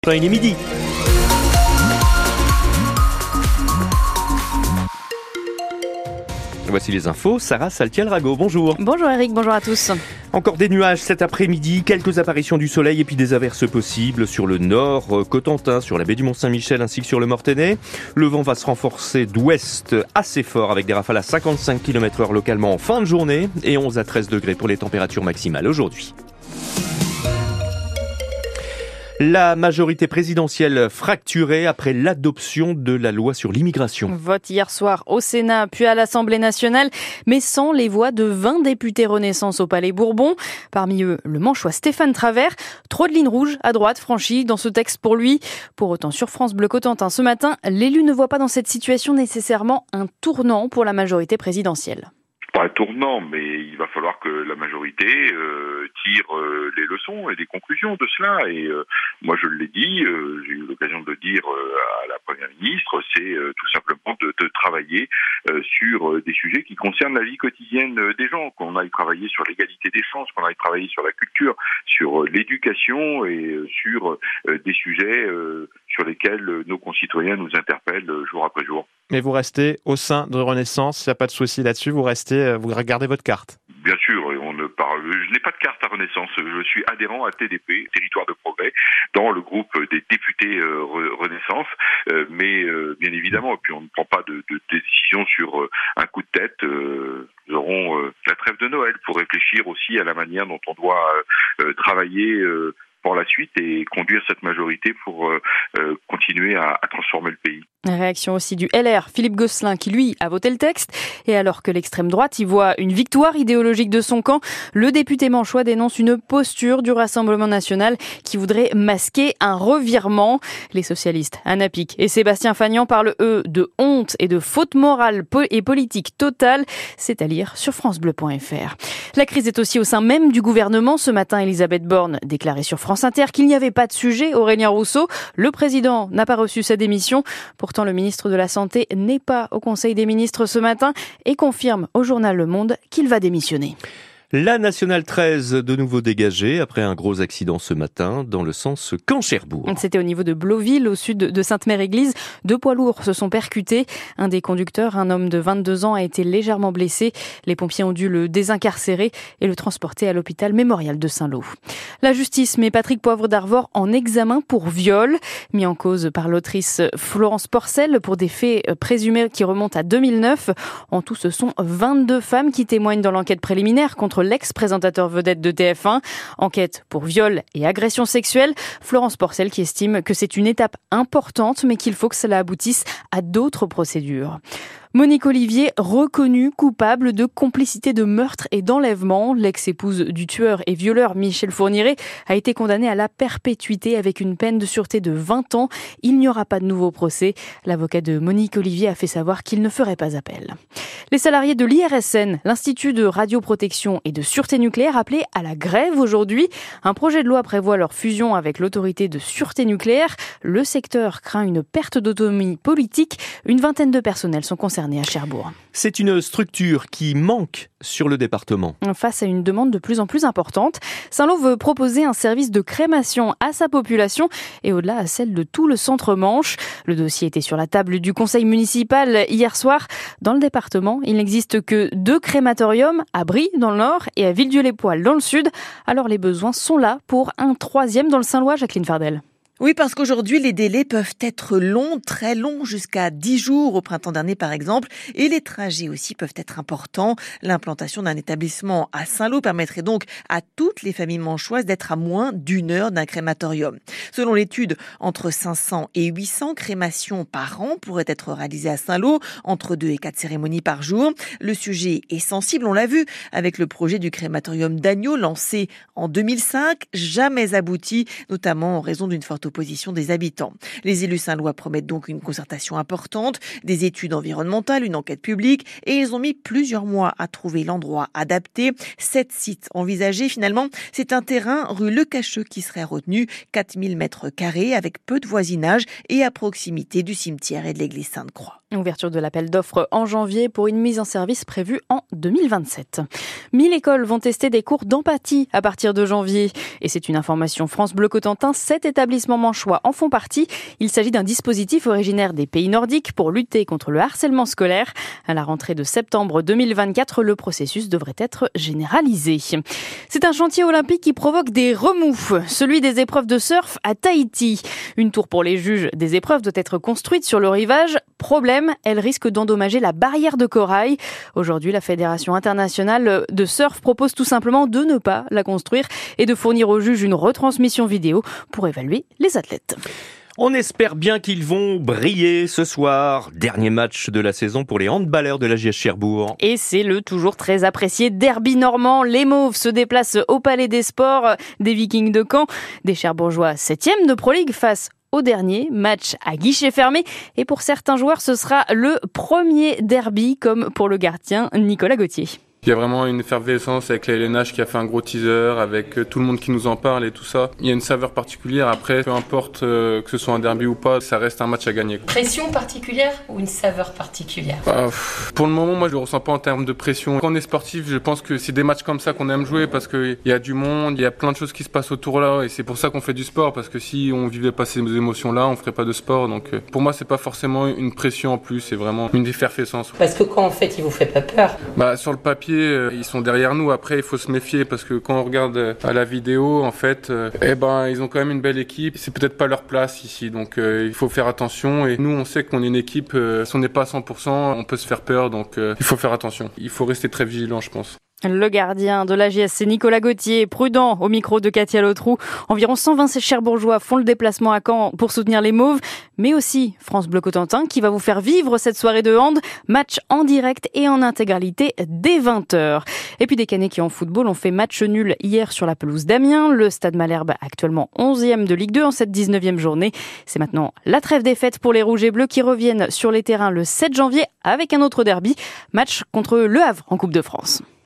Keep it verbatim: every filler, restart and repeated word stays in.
Enfin, il est midi. Voici les infos, Sarah Saltiel-Rago, bonjour. Bonjour Eric, bonjour à tous. Encore des nuages cet après-midi, quelques apparitions du soleil et puis des averses possibles sur le nord, Cotentin, sur la baie du Mont-Saint-Michel ainsi que sur le Mortainais. Le vent va se renforcer d'ouest assez fort avec des rafales à cinquante-cinq kilomètres heure localement en fin de journée et onze à treize degrés pour les températures maximales aujourd'hui. La majorité présidentielle fracturée après l'adoption de la loi sur l'immigration. Vote hier soir au Sénat puis à l'Assemblée nationale, mais sans les voix de vingt députés Renaissance au Palais Bourbon. Parmi eux, le Manchois Stéphane Travert. Trop de lignes rouges à droite franchies dans ce texte pour lui. Pour autant, sur France Bleu Cotentin ce matin, l'élu ne voit pas dans cette situation nécessairement un tournant pour la majorité présidentielle. Pas un tournant, mais il va falloir que la majorité euh, tire euh, les leçons et les conclusions de cela. Et euh, moi, je l'ai dit, euh, j'ai eu l'occasion de le dire euh, à la Première ministre, c'est euh, tout simplement de, de travailler euh, sur euh, des sujets qui concernent la vie quotidienne euh, des gens, qu'on aille travailler sur l'égalité des chances, qu'on aille travailler sur la culture, sur euh, l'éducation et euh, sur euh, des sujets euh, sur lesquels euh, nos concitoyens nous interpellent euh, jour après jour. Mais vous restez au sein de Renaissance, il n'y a pas de souci là-dessus, vous restez, vous regardez votre carte. Bien sûr, on ne parle. Je n'ai pas de carte à Renaissance. Je suis adhérent à T D P, Territoire de Progrès, dans le groupe des députés euh, Renaissance. Euh, mais euh, bien évidemment, et puis on ne prend pas de, de décision sur euh, un coup de tête. Euh, nous aurons euh, la trêve de Noël pour réfléchir aussi à la manière dont on doit euh, travailler. Euh, pour la suite et conduire cette majorité pour euh, euh, continuer à, à transformer le pays. Réaction aussi du L R, Philippe Gosselin, qui lui a voté le texte. Et alors que l'extrême droite y voit une victoire idéologique de son camp, le député manchois dénonce une posture du Rassemblement national qui voudrait masquer un revirement. Les socialistes, Anna Pic et Sébastien Fagnan parlent eux de honte et de faute morale et politique totale. C'est à lire sur francebleu point f r. La crise est aussi au sein même du gouvernement. Ce matin, Elisabeth Borne déclarait sur France Inter qu'il n'y avait pas de sujet. Aurélien Rousseau, le président, n'a pas reçu sa démission. Pourtant, le ministre de la Santé n'est pas au Conseil des ministres ce matin et confirme au journal Le Monde qu'il va démissionner. La nationale treize de nouveau dégagée après un gros accident ce matin dans le sens Caen-Cherbourg. C'était au niveau de Blauville, au sud de Sainte-Mère-Église. Deux poids lourds se sont percutés. Un des conducteurs, un homme de vingt-deux ans, a été légèrement blessé. Les pompiers ont dû le désincarcérer et le transporter à l'hôpital mémorial de Saint-Lô. La justice met Patrick Poivre d'Arvor en examen pour viol, mis en cause par l'autrice Florence Porcel pour des faits présumés qui remontent à deux mille neuf. En tout, ce sont vingt-deux femmes qui témoignent dans l'enquête préliminaire contre l'ex-présentateur vedette de T F un. Enquête pour viol et agression sexuelle. Florence Porcel qui estime que c'est une étape importante, mais qu'il faut que cela aboutisse à d'autres procédures. Monique Olivier, reconnue coupable de complicité de meurtre et d'enlèvement. L'ex-épouse du tueur et violeur Michel Fourniret a été condamnée à la perpétuité avec une peine de sûreté de vingt ans. Il n'y aura pas de nouveau procès. L'avocat de Monique Olivier a fait savoir qu'il ne ferait pas appel. Les salariés de l'I R S N, l'Institut de radioprotection et de sûreté nucléaire, appelés à la grève aujourd'hui. Un projet de loi prévoit leur fusion avec l'autorité de sûreté nucléaire. Le secteur craint une perte d'autonomie politique. Une vingtaine de personnels sont concernés à Cherbourg. C'est une structure qui manque sur le département. Face à une demande de plus en plus importante, Saint-Lô veut proposer un service de crémation à sa population et au-delà à celle de tout le centre-Manche. Le dossier était sur la table du conseil municipal hier soir. Dans le département, il n'existe que deux crématoriums, à Brie dans le nord et à Villedieu-les-Poêles dans le sud. Alors les besoins sont là pour un troisième dans le Saint-Lois, Jacqueline Fardel. Oui, parce qu'aujourd'hui, les délais peuvent être longs, très longs, jusqu'à dix jours au printemps dernier, par exemple. Et les trajets aussi peuvent être importants. L'implantation d'un établissement à Saint-Lô permettrait donc à toutes les familles manchoises d'être à moins d'une heure d'un crématorium. Selon l'étude, entre cinq cents et huit cents crémations par an pourraient être réalisées à Saint-Lô, entre deux et quatre cérémonies par jour. Le sujet est sensible, on l'a vu, avec le projet du crématorium d'Agneaux lancé en deux mille cinq, jamais abouti, notamment en raison d'une forte opposition des habitants. Les élus saint-lois promettent donc une concertation importante, des études environnementales, une enquête publique, et ils ont mis plusieurs mois à trouver l'endroit adapté. Sept sites envisagés, finalement, c'est un terrain rue Le Cacheux qui serait retenu, quatre mille mètres carrés avec peu de voisinage et à proximité du cimetière et de l'église Sainte-Croix. Ouverture de l'appel d'offres en janvier pour une mise en service prévue en deux mille vingt-sept. mille écoles vont tester des cours d'empathie à partir de janvier. Et c'est une information France Bleu Cotentin. Sept établissements manchois en font partie. Il s'agit d'un dispositif originaire des pays nordiques pour lutter contre le harcèlement scolaire. À la rentrée de septembre deux mille vingt-quatre, le processus devrait être généralisé. C'est un chantier olympique qui provoque des remous. Celui des épreuves de surf à Tahiti. Une tour pour les juges des épreuves doit être construite sur le rivage. Problème, elle risque d'endommager la barrière de corail. Aujourd'hui, la Fédération internationale de surf propose tout simplement de ne pas la construire et de fournir aux juges une retransmission vidéo pour évaluer les athlètes. On espère bien qu'ils vont briller ce soir. Dernier match de la saison pour les handballeurs de l'A J S Cherbourg. Et c'est le toujours très apprécié derby normand. Les Mauves se déplacent au Palais des Sports des Vikings de Caen. Des Cherbourgeois septième de Pro League face au dernier match à guichet fermé. Et pour certains joueurs, ce sera le premier derby, comme pour le gardien Nicolas Gauthier. Il y a vraiment une effervescence avec la L N H qui a fait un gros teaser, avec tout le monde qui nous en parle et tout ça. Il y a une saveur particulière. Après, peu importe euh, que ce soit un derby ou pas, ça reste un match à gagner. Pression particulière ou une saveur particulière? Bah, pff, Pour le moment, moi, je le ressens pas en termes de pression. Quand on est sportif, je pense que c'est des matchs comme ça qu'on aime jouer parce qu'il y a du monde, il y a plein de choses qui se passent autour là, et c'est pour ça qu'on fait du sport. Parce que si on vivait pas ces émotions-là, on ferait pas de sport. Donc, euh, pour moi, c'est pas forcément une pression en plus, c'est vraiment une effervescence. Parce que quand en fait, il vous fait pas peur? Bah, sur le papier, ils sont derrière nous. Après, il faut se méfier parce que quand on regarde à la vidéo, en fait, euh, eh ben, ils ont quand même une belle équipe. C'est peut-être pas leur place ici, donc euh, il faut faire attention. Et nous, on sait qu'on est une équipe. Euh, si on n'est pas à cent pour cent, on peut se faire peur, donc euh, il faut faire attention. Il faut rester très vigilant, je pense. Le gardien de l'A J S, c'est Nicolas Gauthier, prudent au micro de Katia Lotrou. Environ cent vingt Cherbourgeois font le déplacement à Caen pour soutenir les Mauves, mais aussi France Bleu Cotentin qui va vous faire vivre cette soirée de hand. Match en direct et en intégralité dès vingt heures. Et puis des Canets qui en football ont fait match nul hier sur la pelouse d'Amiens. Le Stade Malherbe actuellement onzième de Ligue deux en cette dix-neuvième journée. C'est maintenant la trêve des fêtes pour les Rouges et Bleus qui reviennent sur les terrains le sept janvier avec un autre derby. Match contre Le Havre en Coupe de France.